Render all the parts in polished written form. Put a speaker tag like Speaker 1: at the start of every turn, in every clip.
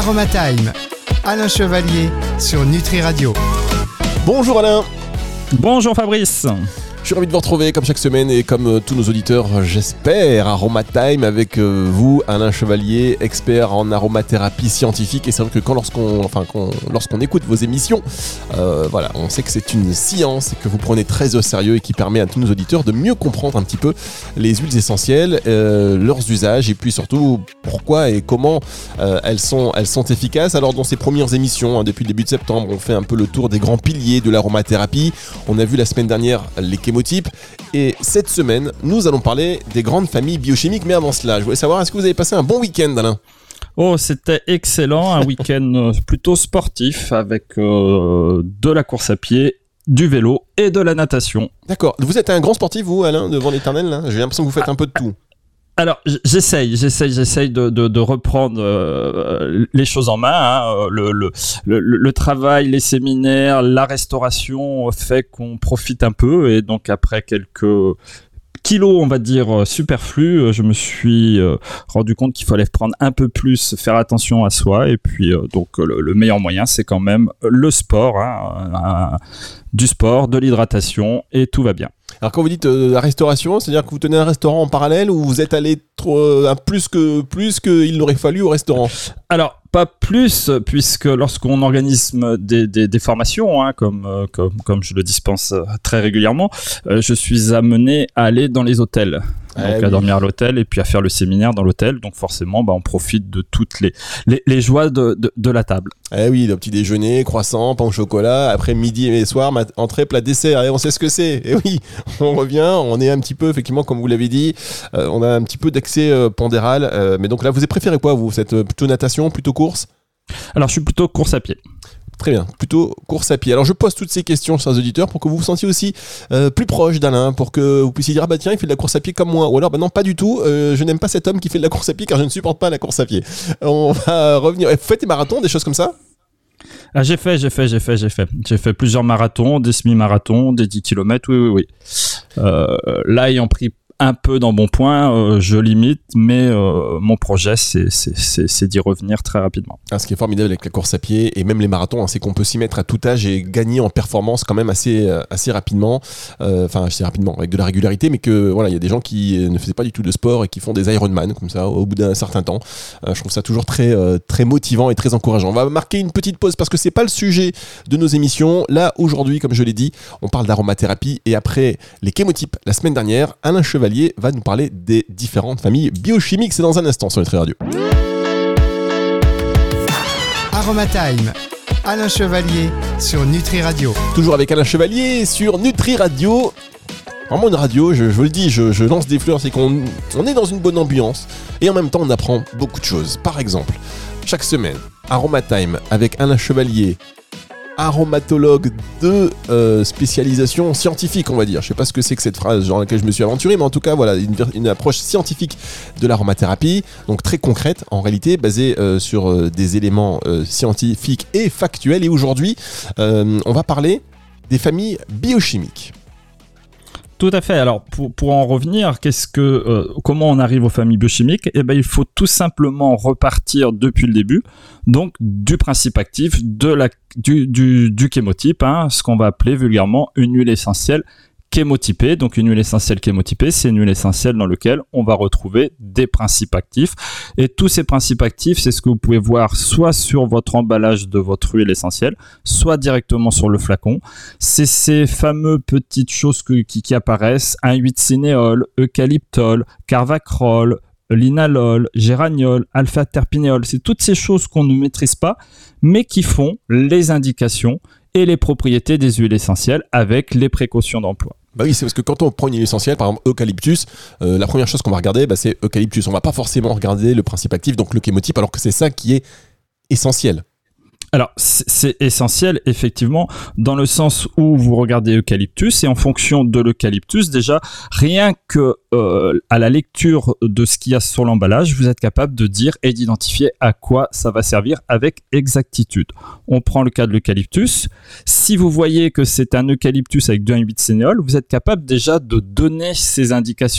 Speaker 1: Aromatime, Alain Chevalier sur Nutri Radio.
Speaker 2: Bonjour Alain.
Speaker 3: Bonjour Fabrice.
Speaker 2: Je suis ravi de vous retrouver comme chaque semaine et comme tous nos auditeurs, j'espère, Aromatime avec vous, Alain Chevalier, expert en aromathérapie scientifique. Et c'est vrai que lorsqu'on écoute vos émissions, on sait que c'est une science que vous prenez très au sérieux et qui permet à tous nos auditeurs de mieux comprendre un petit peu les huiles essentielles, leurs usages et puis surtout pourquoi et comment elles sont efficaces. Alors dans ces premières émissions, depuis le début de septembre, on fait un peu le tour des grands piliers de l'aromathérapie. On a vu la semaine dernière les chémotypes. Et cette semaine, nous allons parler des grandes familles biochimiques. Mais avant cela, je voulais savoir, est-ce que vous avez passé un bon week-end, Alain ?
Speaker 3: Oh, c'était excellent, un week-end plutôt sportif avec de la course à pied, du vélo et de la natation.
Speaker 2: D'accord. Vous êtes un grand sportif, vous, Alain, devant l'éternel, là ? J'ai l'impression que vous faites un peu de tout.
Speaker 3: Alors, j'essaye de reprendre les choses en main. Le travail, les séminaires, la restauration fait qu'on profite un peu. Et donc, après quelques kilos, on va dire, superflus, je me suis rendu compte qu'il fallait prendre un peu plus, faire attention à soi. Et puis, le meilleur moyen, c'est quand même le sport, du sport, de l'hydratation, et tout va bien.
Speaker 2: Alors quand vous dites la restauration, c'est-à-dire que vous tenez un restaurant en parallèle ou vous êtes allé plus qu'il n'aurait fallu au restaurant ?
Speaker 3: Alors, pas plus, puisque lorsqu'on organise des formations, comme je le dispense très régulièrement, je suis amené à aller dans les hôtels. Donc à dormir à l'hôtel et puis à faire le séminaire dans l'hôtel. Donc forcément, on profite de toutes les joies de la table.
Speaker 2: Eh oui, le petit déjeuner, croissant, pain au chocolat, après midi et soir, entrée, plat, dessert. Et on sait ce que c'est. Et oui, on revient, on est un petit peu, effectivement, comme vous l'avez dit, on a un petit peu d'excès pondéral. Mais donc là, vous avez préféré quoi, vous ? Cette plutôt natation, plutôt course ?
Speaker 3: Alors, je suis plutôt course à pied.
Speaker 2: Très bien, plutôt course à pied. Alors je pose toutes ces questions, chers auditeurs, pour que vous vous sentiez aussi plus proche d'Alain, pour que vous puissiez dire tiens, il fait de la course à pied comme moi, ou alors non, pas du tout, je n'aime pas cet homme qui fait de la course à pied car je ne supporte pas la course à pied. On va revenir. Vous faites des marathons, des choses comme ça ?
Speaker 3: J'ai fait plusieurs marathons, des semi-marathons, des 10 km, oui. Là, ayant pris un peu dans bon point, je limite, mais mon projet, c'est d'y revenir très rapidement.
Speaker 2: Ce qui est formidable avec la course à pied et même les marathons, c'est qu'on peut s'y mettre à tout âge et gagner en performance quand même assez rapidement, assez rapidement, avec de la régularité, mais que voilà, il y a des gens qui ne faisaient pas du tout de sport et qui font des Ironman comme ça au bout d'un certain temps. Je trouve ça toujours très motivant et très encourageant. On va marquer une petite pause parce que c'est pas le sujet de nos émissions. Là, aujourd'hui, comme je l'ai dit, on parle d'aromathérapie et après les chémotypes la semaine dernière, Alain Chevalier va nous parler des différentes familles biochimiques. C'est dans un instant sur Nutri Radio.
Speaker 1: Aromatime, Alain Chevalier sur Nutri Radio.
Speaker 2: Toujours avec Alain Chevalier sur Nutri Radio. Vraiment une radio, je vous le dis, je lance des fleurs, c'est qu'on est dans une bonne ambiance et en même temps on apprend beaucoup de choses. Par exemple, chaque semaine, Aromatime avec Alain Chevalier, aromatologue de spécialisation scientifique, on va dire. Je sais pas ce que c'est que cette phrase dans laquelle je me suis aventuré, mais en tout cas, voilà, une approche scientifique de l'aromathérapie, donc très concrète, en réalité, basée sur des éléments scientifiques et factuels. Et aujourd'hui, on va parler des familles biochimiques.
Speaker 3: Tout à fait. Alors, pour en revenir, comment on arrive aux familles biochimiques ? Il faut tout simplement repartir depuis le début, donc du principe actif du chémotype, ce qu'on va appeler vulgairement une huile essentielle chémotypée. Donc une huile essentielle chémotypée, c'est une huile essentielle dans laquelle on va retrouver des principes actifs. Et tous ces principes actifs, c'est ce que vous pouvez voir soit sur votre emballage de votre huile essentielle, soit directement sur le flacon. C'est ces fameux petites choses qui apparaissent, 1,8-cinéol, eucalyptol, carvacrol, linalol, géraniol, alpha-terpinéol. C'est toutes ces choses qu'on ne maîtrise pas, mais qui font les indications et les propriétés des huiles essentielles avec les précautions d'emploi.
Speaker 2: Bah oui, c'est parce que quand on prend une huile essentielle, par exemple eucalyptus, la première chose qu'on va regarder, c'est eucalyptus. On va pas forcément regarder le principe actif, donc le chémotype, alors que c'est ça qui est essentiel.
Speaker 3: Alors, c'est essentiel, effectivement, dans le sens où vous regardez eucalyptus et en fonction de l'eucalyptus, déjà, rien que à la lecture de ce qu'il y a sur l'emballage, vous êtes capable de dire et d'identifier à quoi ça va servir avec exactitude. On prend le cas de l'eucalyptus. Si vous voyez que c'est un eucalyptus avec 2,8-cinéol, vous êtes capable déjà de donner ces indications.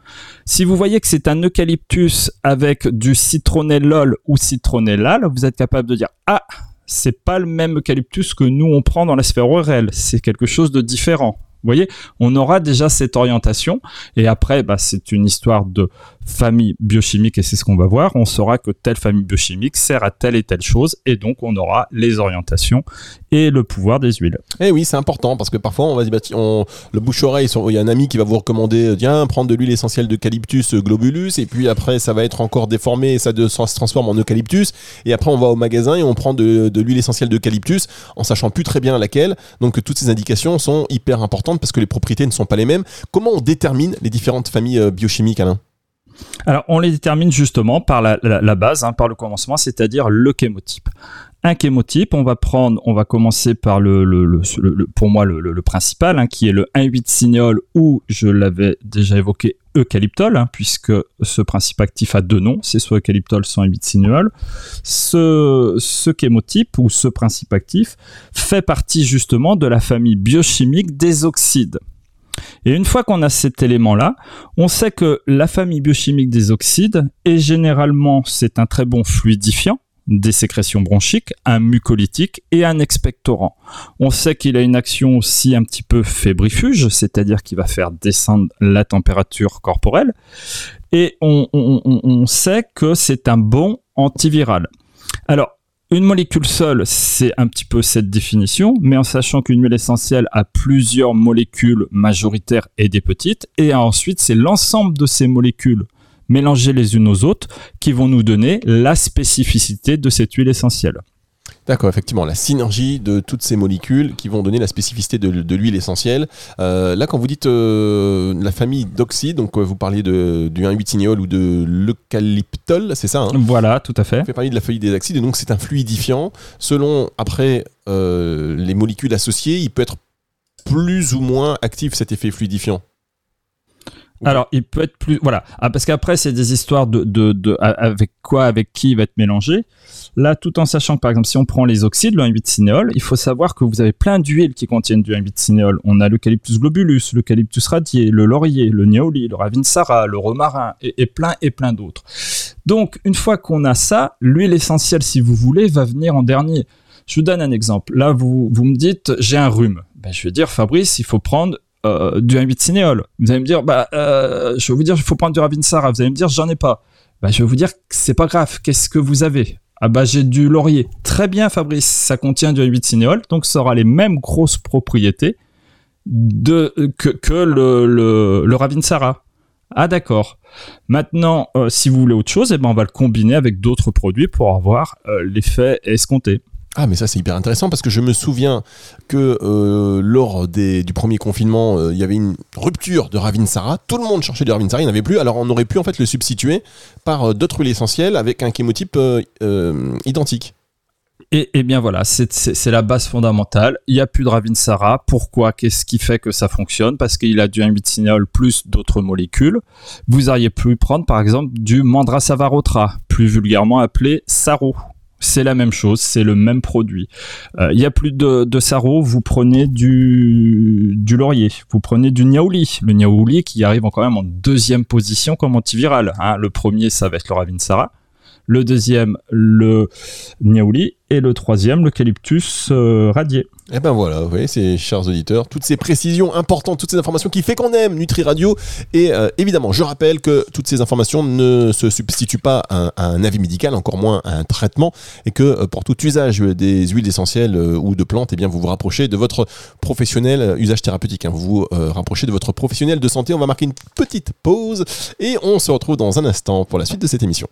Speaker 3: Si vous voyez que c'est un eucalyptus avec du citronellol ou citronellal, vous êtes capable de dire « Ah, c'est pas le même eucalyptus que nous on prend dans la sphère ORL, c'est quelque chose de différent. » Vous voyez, on aura déjà cette orientation et après, c'est une histoire de famille biochimique et c'est ce qu'on va voir. On saura que telle famille biochimique sert à telle et telle chose et donc on aura les orientations et le pouvoir des huiles.
Speaker 2: Eh oui, c'est important parce que parfois on va dire, le bouche-oreille, il y a un ami qui va vous recommander, tiens, prendre de l'huile essentielle d'eucalyptus globulus et puis après ça va être encore déformé et ça se transforme en eucalyptus et après on va au magasin et on prend de l'huile essentielle d'eucalyptus en sachant plus très bien laquelle. Donc toutes ces indications sont hyper importantes parce que les propriétés ne sont pas les mêmes. Comment on détermine les différentes familles biochimiques, Alain ?
Speaker 3: Alors, on les détermine justement par la base, par le commencement, c'est-à-dire le chémotype. Un chémotype, on va commencer par pour moi le principal, qui est le 1,8-cinéole ou, je l'avais déjà évoqué, eucalyptol, puisque ce principe actif a deux noms, c'est soit eucalyptol, soit 1,8-cinéole. Ce chémotype ou ce principe actif fait partie justement de la famille biochimique des oxydes. Et une fois qu'on a cet élément-là, on sait que la famille biochimique des oxydes est généralement, c'est un très bon fluidifiant des sécrétions bronchiques, un mucolytique et un expectorant. On sait qu'il a une action aussi un petit peu fébrifuge, c'est-à-dire qu'il va faire descendre la température corporelle. Et on sait que c'est un bon antiviral. Alors, une molécule seule, c'est un petit peu cette définition, mais en sachant qu'une huile essentielle a plusieurs molécules majoritaires et des petites, et ensuite c'est l'ensemble de ces molécules mélangées les unes aux autres qui vont nous donner la spécificité de cette huile essentielle.
Speaker 2: D'accord, effectivement, la synergie de toutes ces molécules qui vont donner la spécificité de l'huile essentielle. Là, quand vous dites la famille d'oxydes, donc vous parliez du 1,8-cinéole ou de l'eucalyptol, c'est ça,
Speaker 3: Voilà, tout à fait.
Speaker 2: On fait parler de la famille des oxydes, et donc c'est un fluidifiant. Selon, après, les molécules associées, il peut être plus ou moins actif, cet effet fluidifiant.
Speaker 3: Alors, il peut être plus... Voilà. Parce qu'après, c'est des histoires avec qui il va être mélangé. Là, tout en sachant que, par exemple, si on prend les oxydes, le 1,8-cinéole, il faut savoir que vous avez plein d'huiles qui contiennent du 1,8-cinéole. On a l'eucalyptus globulus, l'eucalyptus radié, le laurier, le niaouli, le ravinsara, le romarin et plein d'autres. Donc, une fois qu'on a ça, l'huile essentielle, si vous voulez, va venir en dernier. Je vous donne un exemple. Là, vous me dites, j'ai un rhume. Je vais dire, Fabrice, il faut prendre du 1,8-cinéole. Vous allez me dire, je vais vous dire, il faut prendre du ravinsara. Vous allez me dire, j'en ai pas. Je vais vous dire, c'est pas grave. Qu'est-ce que vous avez ? J'ai du laurier. Très bien, Fabrice, ça contient du 1,8-cinéole, donc ça aura les mêmes grosses propriétés que le ravinsara. Ah d'accord. Maintenant, si vous voulez autre chose, on va le combiner avec d'autres produits pour avoir l'effet escompté.
Speaker 2: Ah, mais ça c'est hyper intéressant parce que je me souviens que lors du premier confinement, il y avait une rupture de ravinsara. Tout le monde cherchait du ravinsara, il n'y en avait plus. Alors on aurait pu en fait le substituer par d'autres huiles essentielles avec un chémotype identique.
Speaker 3: Et bien voilà, c'est la base fondamentale. Il n'y a plus de ravinsara. Pourquoi ? Qu'est-ce qui fait que ça fonctionne ? Parce qu'il a du 1,8-cinéole plus d'autres molécules. Vous auriez pu prendre par exemple du Mandrasavarotra, plus vulgairement appelé Saro. C'est la même chose, c'est le même produit. Il n'y a plus de Saro, vous prenez du laurier, vous prenez du niaouli. Le niaouli qui arrive quand même en deuxième position comme antiviral. Le premier, ça va être le ravinsara. Le deuxième, le niaouli. Et le troisième, l'eucalyptus radié.
Speaker 2: Et ben voilà, vous voyez, chers auditeurs, toutes ces précisions importantes, toutes ces informations qui fait qu'on aime Nutri Radio. Et évidemment, je rappelle que toutes ces informations ne se substituent pas à un avis médical, encore moins à un traitement, et que pour tout usage des huiles essentielles ou de plantes, vous vous rapprochez de votre professionnel usage thérapeutique. Vous vous rapprochez de votre professionnel de santé. On va marquer une petite pause et on se retrouve dans un instant pour la suite de cette émission.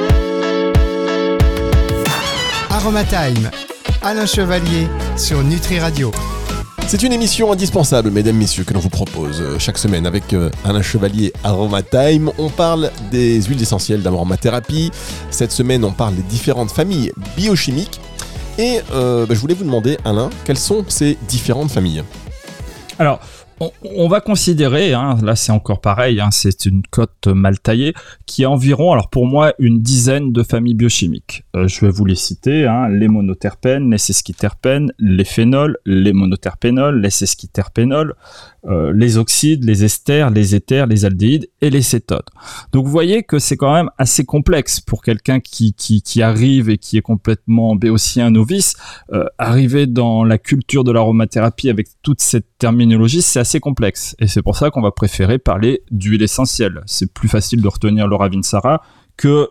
Speaker 1: Aromatime, Alain Chevalier sur Nutri Radio.
Speaker 2: C'est une émission indispensable, mesdames, messieurs, que l'on vous propose chaque semaine avec Alain Chevalier Aromatime. On parle des huiles essentielles d'aromathérapie. Cette semaine, on parle des différentes familles biochimiques. Et je voulais vous demander, Alain, quelles sont ces différentes familles ?
Speaker 3: Alors, On va considérer, là c'est encore pareil, c'est une cote mal taillée, qui a environ, alors pour moi, une dizaine de familles biochimiques. Je vais vous les citer, les monoterpènes, les sesquiterpènes, les phénols, les monoterpénols, les sesquiterpénols, les oxydes, les esters, les éthers, les aldéhydes et les cétones. Donc vous voyez que c'est quand même assez complexe pour quelqu'un qui arrive et qui est complètement béotien novice. Arriver dans la culture de l'aromathérapie avec toute cette terminologie, c'est assez complexe. Et c'est pour ça qu'on va préférer parler d'huile essentielle. C'est plus facile de retenir le Ravinsara que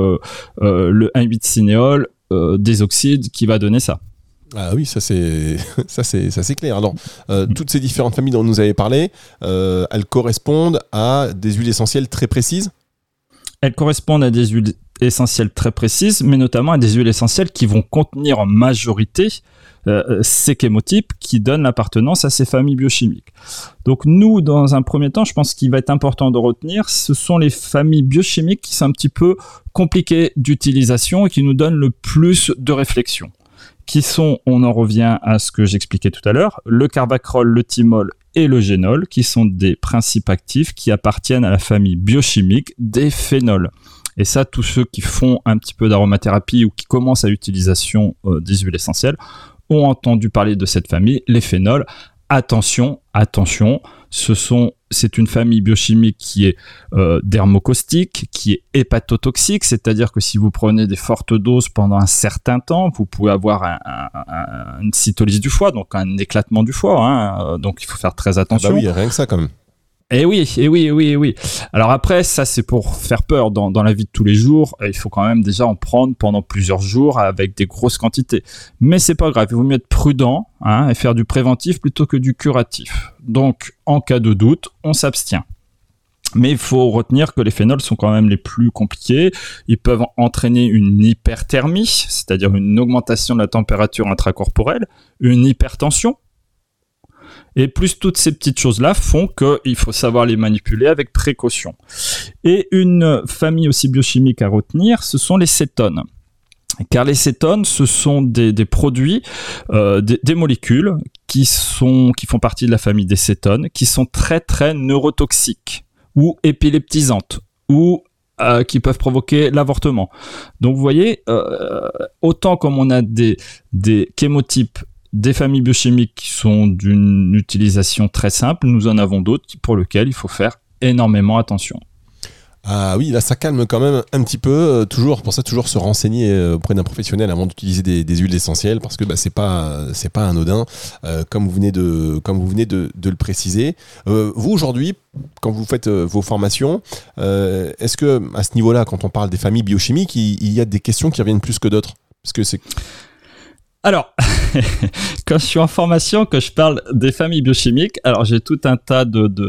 Speaker 3: le 1,8-cinéol des oxydes qui va donner ça.
Speaker 2: Ah oui, ça c'est clair. Alors, toutes ces différentes familles dont vous avez parlé, elles correspondent à des huiles essentielles très précises.
Speaker 3: Elles correspondent à des huiles essentielles très précises, mais notamment à des huiles essentielles qui vont contenir en majorité ces chémotypes qui donnent l'appartenance à ces familles biochimiques. Donc nous, dans un premier temps, je pense qu'il va être important de retenir, ce sont les familles biochimiques qui sont un petit peu compliquées d'utilisation et qui nous donnent le plus de réflexion. Qui sont, on en revient à ce que j'expliquais tout à l'heure, le carbacrol, le thymol et le génol, qui sont des principes actifs qui appartiennent à la famille biochimique des phénols. Et ça, tous ceux qui font un petit peu d'aromathérapie ou qui commencent à l'utilisation des huiles essentielles ont entendu parler de cette famille, les phénols. Attention, c'est une famille biochimique qui est dermocaustique, qui est hépatotoxique, c'est-à-dire que si vous prenez des fortes doses pendant un certain temps, vous pouvez avoir une cytolyse du foie, donc un éclatement du foie, donc il faut faire très attention.
Speaker 2: Ah bah oui, rien que ça quand même.
Speaker 3: Eh oui. Alors après, ça c'est pour faire peur dans la vie de tous les jours. Il faut quand même déjà en prendre pendant plusieurs jours avec des grosses quantités. Mais c'est pas grave, il vaut mieux être prudent et faire du préventif plutôt que du curatif. Donc, en cas de doute, on s'abstient. Mais il faut retenir que les phénols sont quand même les plus compliqués. Ils peuvent entraîner une hyperthermie, c'est-à-dire une augmentation de la température intracorporelle, une hypertension. Et plus toutes ces petites choses-là font qu'il faut savoir les manipuler avec précaution. Et une famille aussi biochimique à retenir, ce sont les cétones. Car les cétones, ce sont des produits, des molécules qui font partie de la famille des cétones, qui sont très très neurotoxiques ou épileptisantes ou qui peuvent provoquer l'avortement. Donc vous voyez, autant comme on a des chémotypes, des familles biochimiques qui sont d'une utilisation très simple, nous en avons d'autres pour lesquelles il faut faire énormément attention.
Speaker 2: Ah oui, là ça calme quand même un petit peu. Toujours se renseigner auprès d'un professionnel avant d'utiliser des huiles essentielles parce que c'est pas anodin, comme vous venez de le préciser. Vous aujourd'hui, quand vous faites vos formations, est-ce que à ce niveau-là, quand on parle des familles biochimiques, il y a des questions qui reviennent plus que d'autres? Parce que c'est...
Speaker 3: Alors, quand je suis en formation, que je parle des familles biochimiques, alors j'ai tout un tas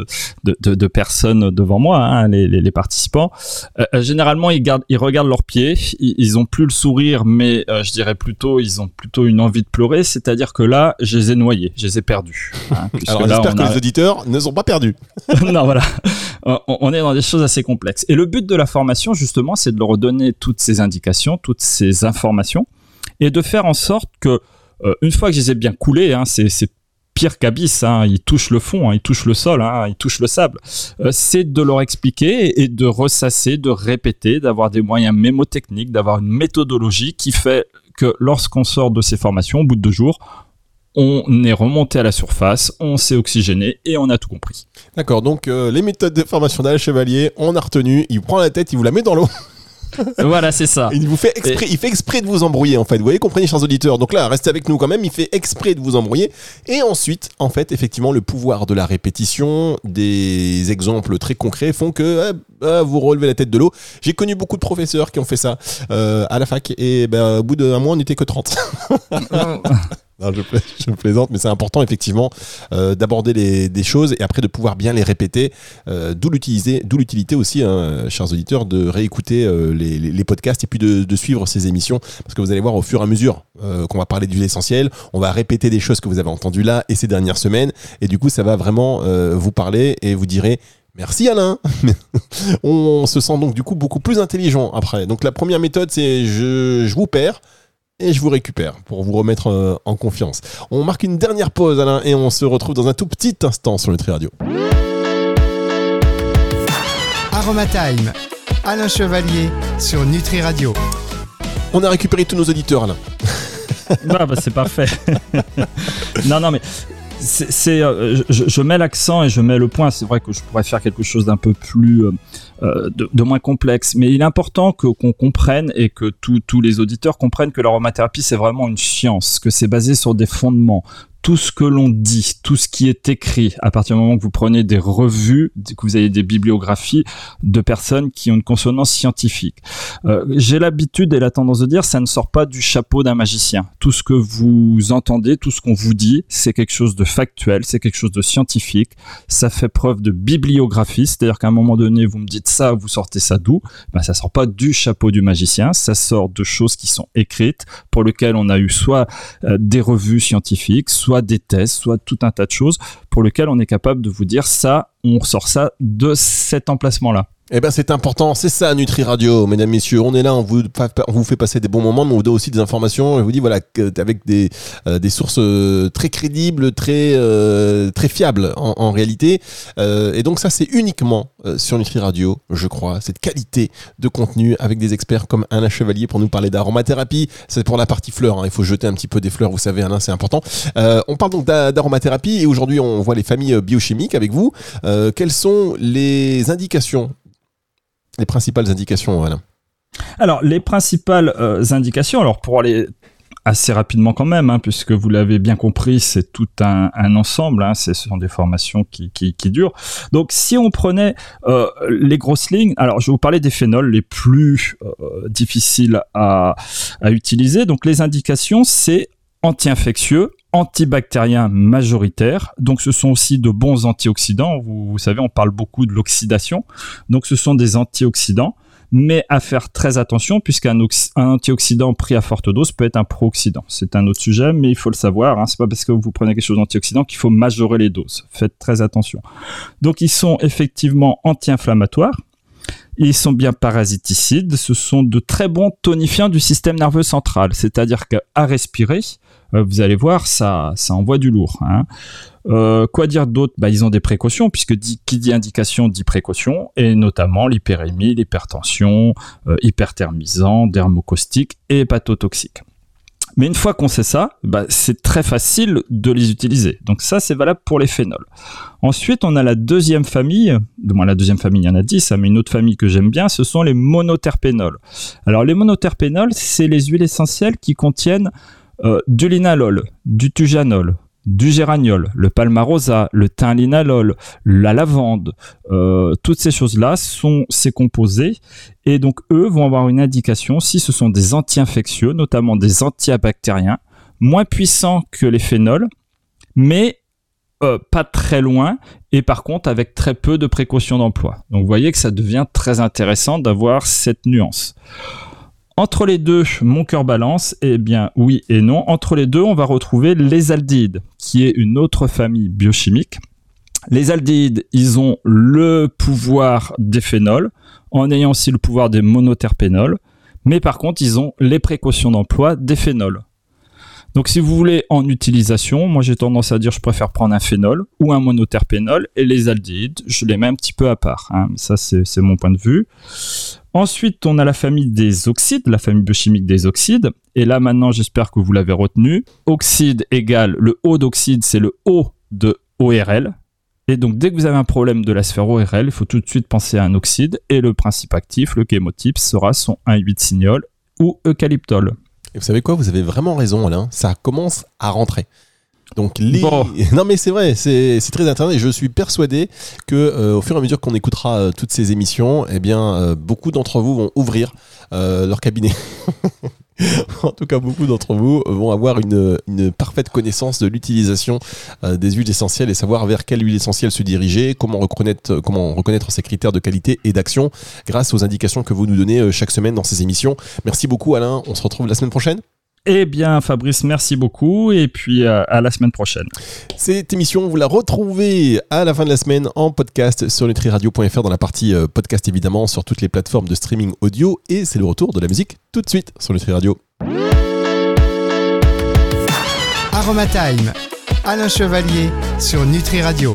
Speaker 3: de personnes devant moi, les participants. Généralement, ils regardent leurs pieds, ils ont plus le sourire, mais je dirais plutôt, ils ont plutôt une envie de pleurer. C'est-à-dire que là, je les ai noyés, je les ai perdus.
Speaker 2: Alors, j'espère que les auditeurs ne sont pas perdus.
Speaker 3: Non, voilà. On est dans des choses assez complexes. Et le but de la formation, justement, c'est de leur redonner toutes ces indications, toutes ces informations, et de faire en sorte que, une fois que je les ai bien coulés, c'est pire qu'Abyss, ils touchent le fond, ils touchent le sol, ils touchent le sable, c'est de leur expliquer et de ressasser, de répéter, d'avoir des moyens mémotechniques, d'avoir une méthodologie qui fait que lorsqu'on sort de ces formations, au bout de 2 jours, on est remonté à la surface, on s'est oxygéné et on a tout compris.
Speaker 2: D'accord, donc les méthodes de formation d'Alain Chevalier, on a retenu, il prend la tête, il vous la met dans l'eau.
Speaker 3: Voilà, c'est ça.
Speaker 2: Il fait exprès de vous embrouiller en fait. Vous voyez, comprenez, chers auditeurs. Donc là, restez avec nous quand même. Il fait exprès de vous embrouiller. Et ensuite, en fait, effectivement, le pouvoir de la répétition, des exemples très concrets font que vous relevez la tête de l'eau. J'ai connu beaucoup de professeurs qui ont fait ça à la fac. Et au bout d'un mois, on n'était que 30. Non, je plaisante, mais c'est important effectivement d'aborder des choses et après de pouvoir bien les répéter. D'où l'utilité aussi, chers auditeurs, de réécouter les podcasts et puis de suivre ces émissions parce que vous allez voir au fur et à mesure qu'on va parler d'huile essentielle, on va répéter des choses que vous avez entendues là et ces dernières semaines et du coup ça va vraiment vous parler et vous direz merci Alain. On se sent donc du coup beaucoup plus intelligent après. Donc la première méthode c'est je vous perds. et je vous récupère pour vous remettre en confiance. On marque une dernière pause, Alain, et on se retrouve dans un tout petit instant sur Nutri Radio.
Speaker 1: Aromatime, Alain Chevalier sur Nutri Radio.
Speaker 2: On a récupéré tous nos auditeurs, Alain.
Speaker 3: C'est parfait. non, mais je mets l'accent et je mets le point. C'est vrai que je pourrais faire quelque chose d'un peu plus de moins complexe, mais il est important qu'on comprenne et que tous les auditeurs comprennent que l'aromathérapie c'est vraiment une science, que c'est basé sur des fondements. Tout ce que l'on dit, tout ce qui est écrit, à partir du moment que vous prenez des revues, que vous avez des bibliographies de personnes qui ont une consonance scientifique. J'ai l'habitude et la tendance de dire, ça ne sort pas du chapeau d'un magicien. Tout ce que vous entendez, tout ce qu'on vous dit, c'est quelque chose de factuel, c'est quelque chose de scientifique. Ça fait preuve de bibliographie, c'est-à-dire qu'à un moment donné, vous me dites ça, vous sortez ça d'où ? Ça sort pas du chapeau du magicien, ça sort de choses qui sont écrites, pour lesquelles on a eu soit des revues scientifiques, soit des tests, soit tout un tas de choses pour lesquelles on est capable de vous dire ça, on sort ça de cet emplacement-là.
Speaker 2: Eh ben c'est important, c'est ça Nutri Radio, mesdames, messieurs. On est là, on vous fait passer des bons moments, mais on vous donne aussi des informations. Je vous dis voilà, avec des sources très crédibles, très fiables en réalité. Et donc ça c'est uniquement sur Nutri Radio, je crois, cette qualité de contenu avec des experts comme Alain Chevalier pour nous parler d'aromathérapie. C'est pour la partie fleurs, hein. Il faut jeter un petit peu des fleurs, vous savez, Alain, c'est important. On parle donc d'aromathérapie et aujourd'hui on voit les familles biochimiques avec vous. Quelles sont les indications? Les principales indications, Alain.
Speaker 3: Alors, les principales indications, alors pour aller assez rapidement quand même, puisque vous l'avez bien compris, c'est tout un ensemble, ce sont des formations qui durent. Donc, si on prenait les grosses lignes, alors je vais vous parler des phénols les plus difficiles à utiliser. Donc, les indications, c'est anti-infectieux, antibactérien majoritaire, donc ce sont aussi de bons antioxydants. Vous savez, on parle beaucoup de l'oxydation, donc ce sont des antioxydants, mais à faire très attention puisqu'un antioxydant pris à forte dose peut être un pro-oxydant. C'est un autre sujet, mais il faut le savoir, c'est pas parce que vous prenez quelque chose d'antioxydant qu'il faut majorer les doses. Faites très attention. Donc ils sont effectivement anti-inflammatoires. Ils sont bien parasiticides, ce sont de très bons tonifiants du système nerveux central, c'est-à-dire qu'à respirer, vous allez voir, ça envoie du lourd. Quoi dire d'autre ? Ils ont des précautions, puisque qui dit indication dit précaution, et notamment l'hyperémie, l'hypertension, hyperthermisant, dermocaustique et hépatotoxique. Mais une fois qu'on sait ça, c'est très facile de les utiliser. Donc ça, c'est valable pour les phénols. Ensuite, on a la deuxième famille. La deuxième famille, il y en a 10, mais une autre famille que j'aime bien, ce sont les monoterpénols. Alors, les monoterpénols, c'est les huiles essentielles qui contiennent du linalol, du tujanol, du géraniol, le palmarosa, le thym linalol, la lavande, toutes ces choses-là sont ces composés et donc eux vont avoir une indication si ce sont des anti-infectieux, notamment des antibactériens, moins puissants que les phénols, mais pas très loin et par contre avec très peu de précautions d'emploi. Donc vous voyez que ça devient très intéressant d'avoir cette nuance. Entre les deux, mon cœur balance, eh bien oui et non. Entre les deux, on va retrouver les aldéhydes, qui est une autre famille biochimique. Les aldéhydes, ils ont le pouvoir des phénols, en ayant aussi le pouvoir des monoterpénols, mais par contre, ils ont les précautions d'emploi des phénols. Donc si vous voulez en utilisation, moi j'ai tendance à dire je préfère prendre un phénol ou un monoterpénol et les aldéhydes, je les mets un petit peu à part. Ça c'est mon point de vue. Ensuite, on a la famille des oxydes, la famille biochimique des oxydes. Et là maintenant, j'espère que vous l'avez retenu. Oxyde égale le O d'oxyde, c'est le O de ORL. Et donc dès que vous avez un problème de la sphère ORL, il faut tout de suite penser à un oxyde. Et le principe actif, le chémotype, sera son 1,8-cignol ou eucalyptol.
Speaker 2: Et vous savez quoi ? Vous avez vraiment raison, Alain. Ça commence à rentrer. Donc Non mais c'est vrai, c'est très intéressant et je suis persuadé que au fur et à mesure qu'on écoutera toutes ces émissions, beaucoup d'entre vous vont ouvrir leur cabinet. En tout cas, beaucoup d'entre vous vont avoir une parfaite connaissance de l'utilisation des huiles essentielles et savoir vers quelle huile essentielle se diriger, comment reconnaître ces critères de qualité et d'action grâce aux indications que vous nous donnez chaque semaine dans ces émissions. Merci beaucoup, Alain. On se retrouve la semaine prochaine.
Speaker 3: Eh bien, Fabrice, merci beaucoup et puis à la semaine prochaine.
Speaker 2: Cette émission, vous la retrouvez à la fin de la semaine en podcast sur nutriradio.fr dans la partie podcast évidemment sur toutes les plateformes de streaming audio et c'est le retour de la musique tout de suite sur Nutri Radio.
Speaker 1: Aromatime, Alain Chevalier sur Nutri Radio.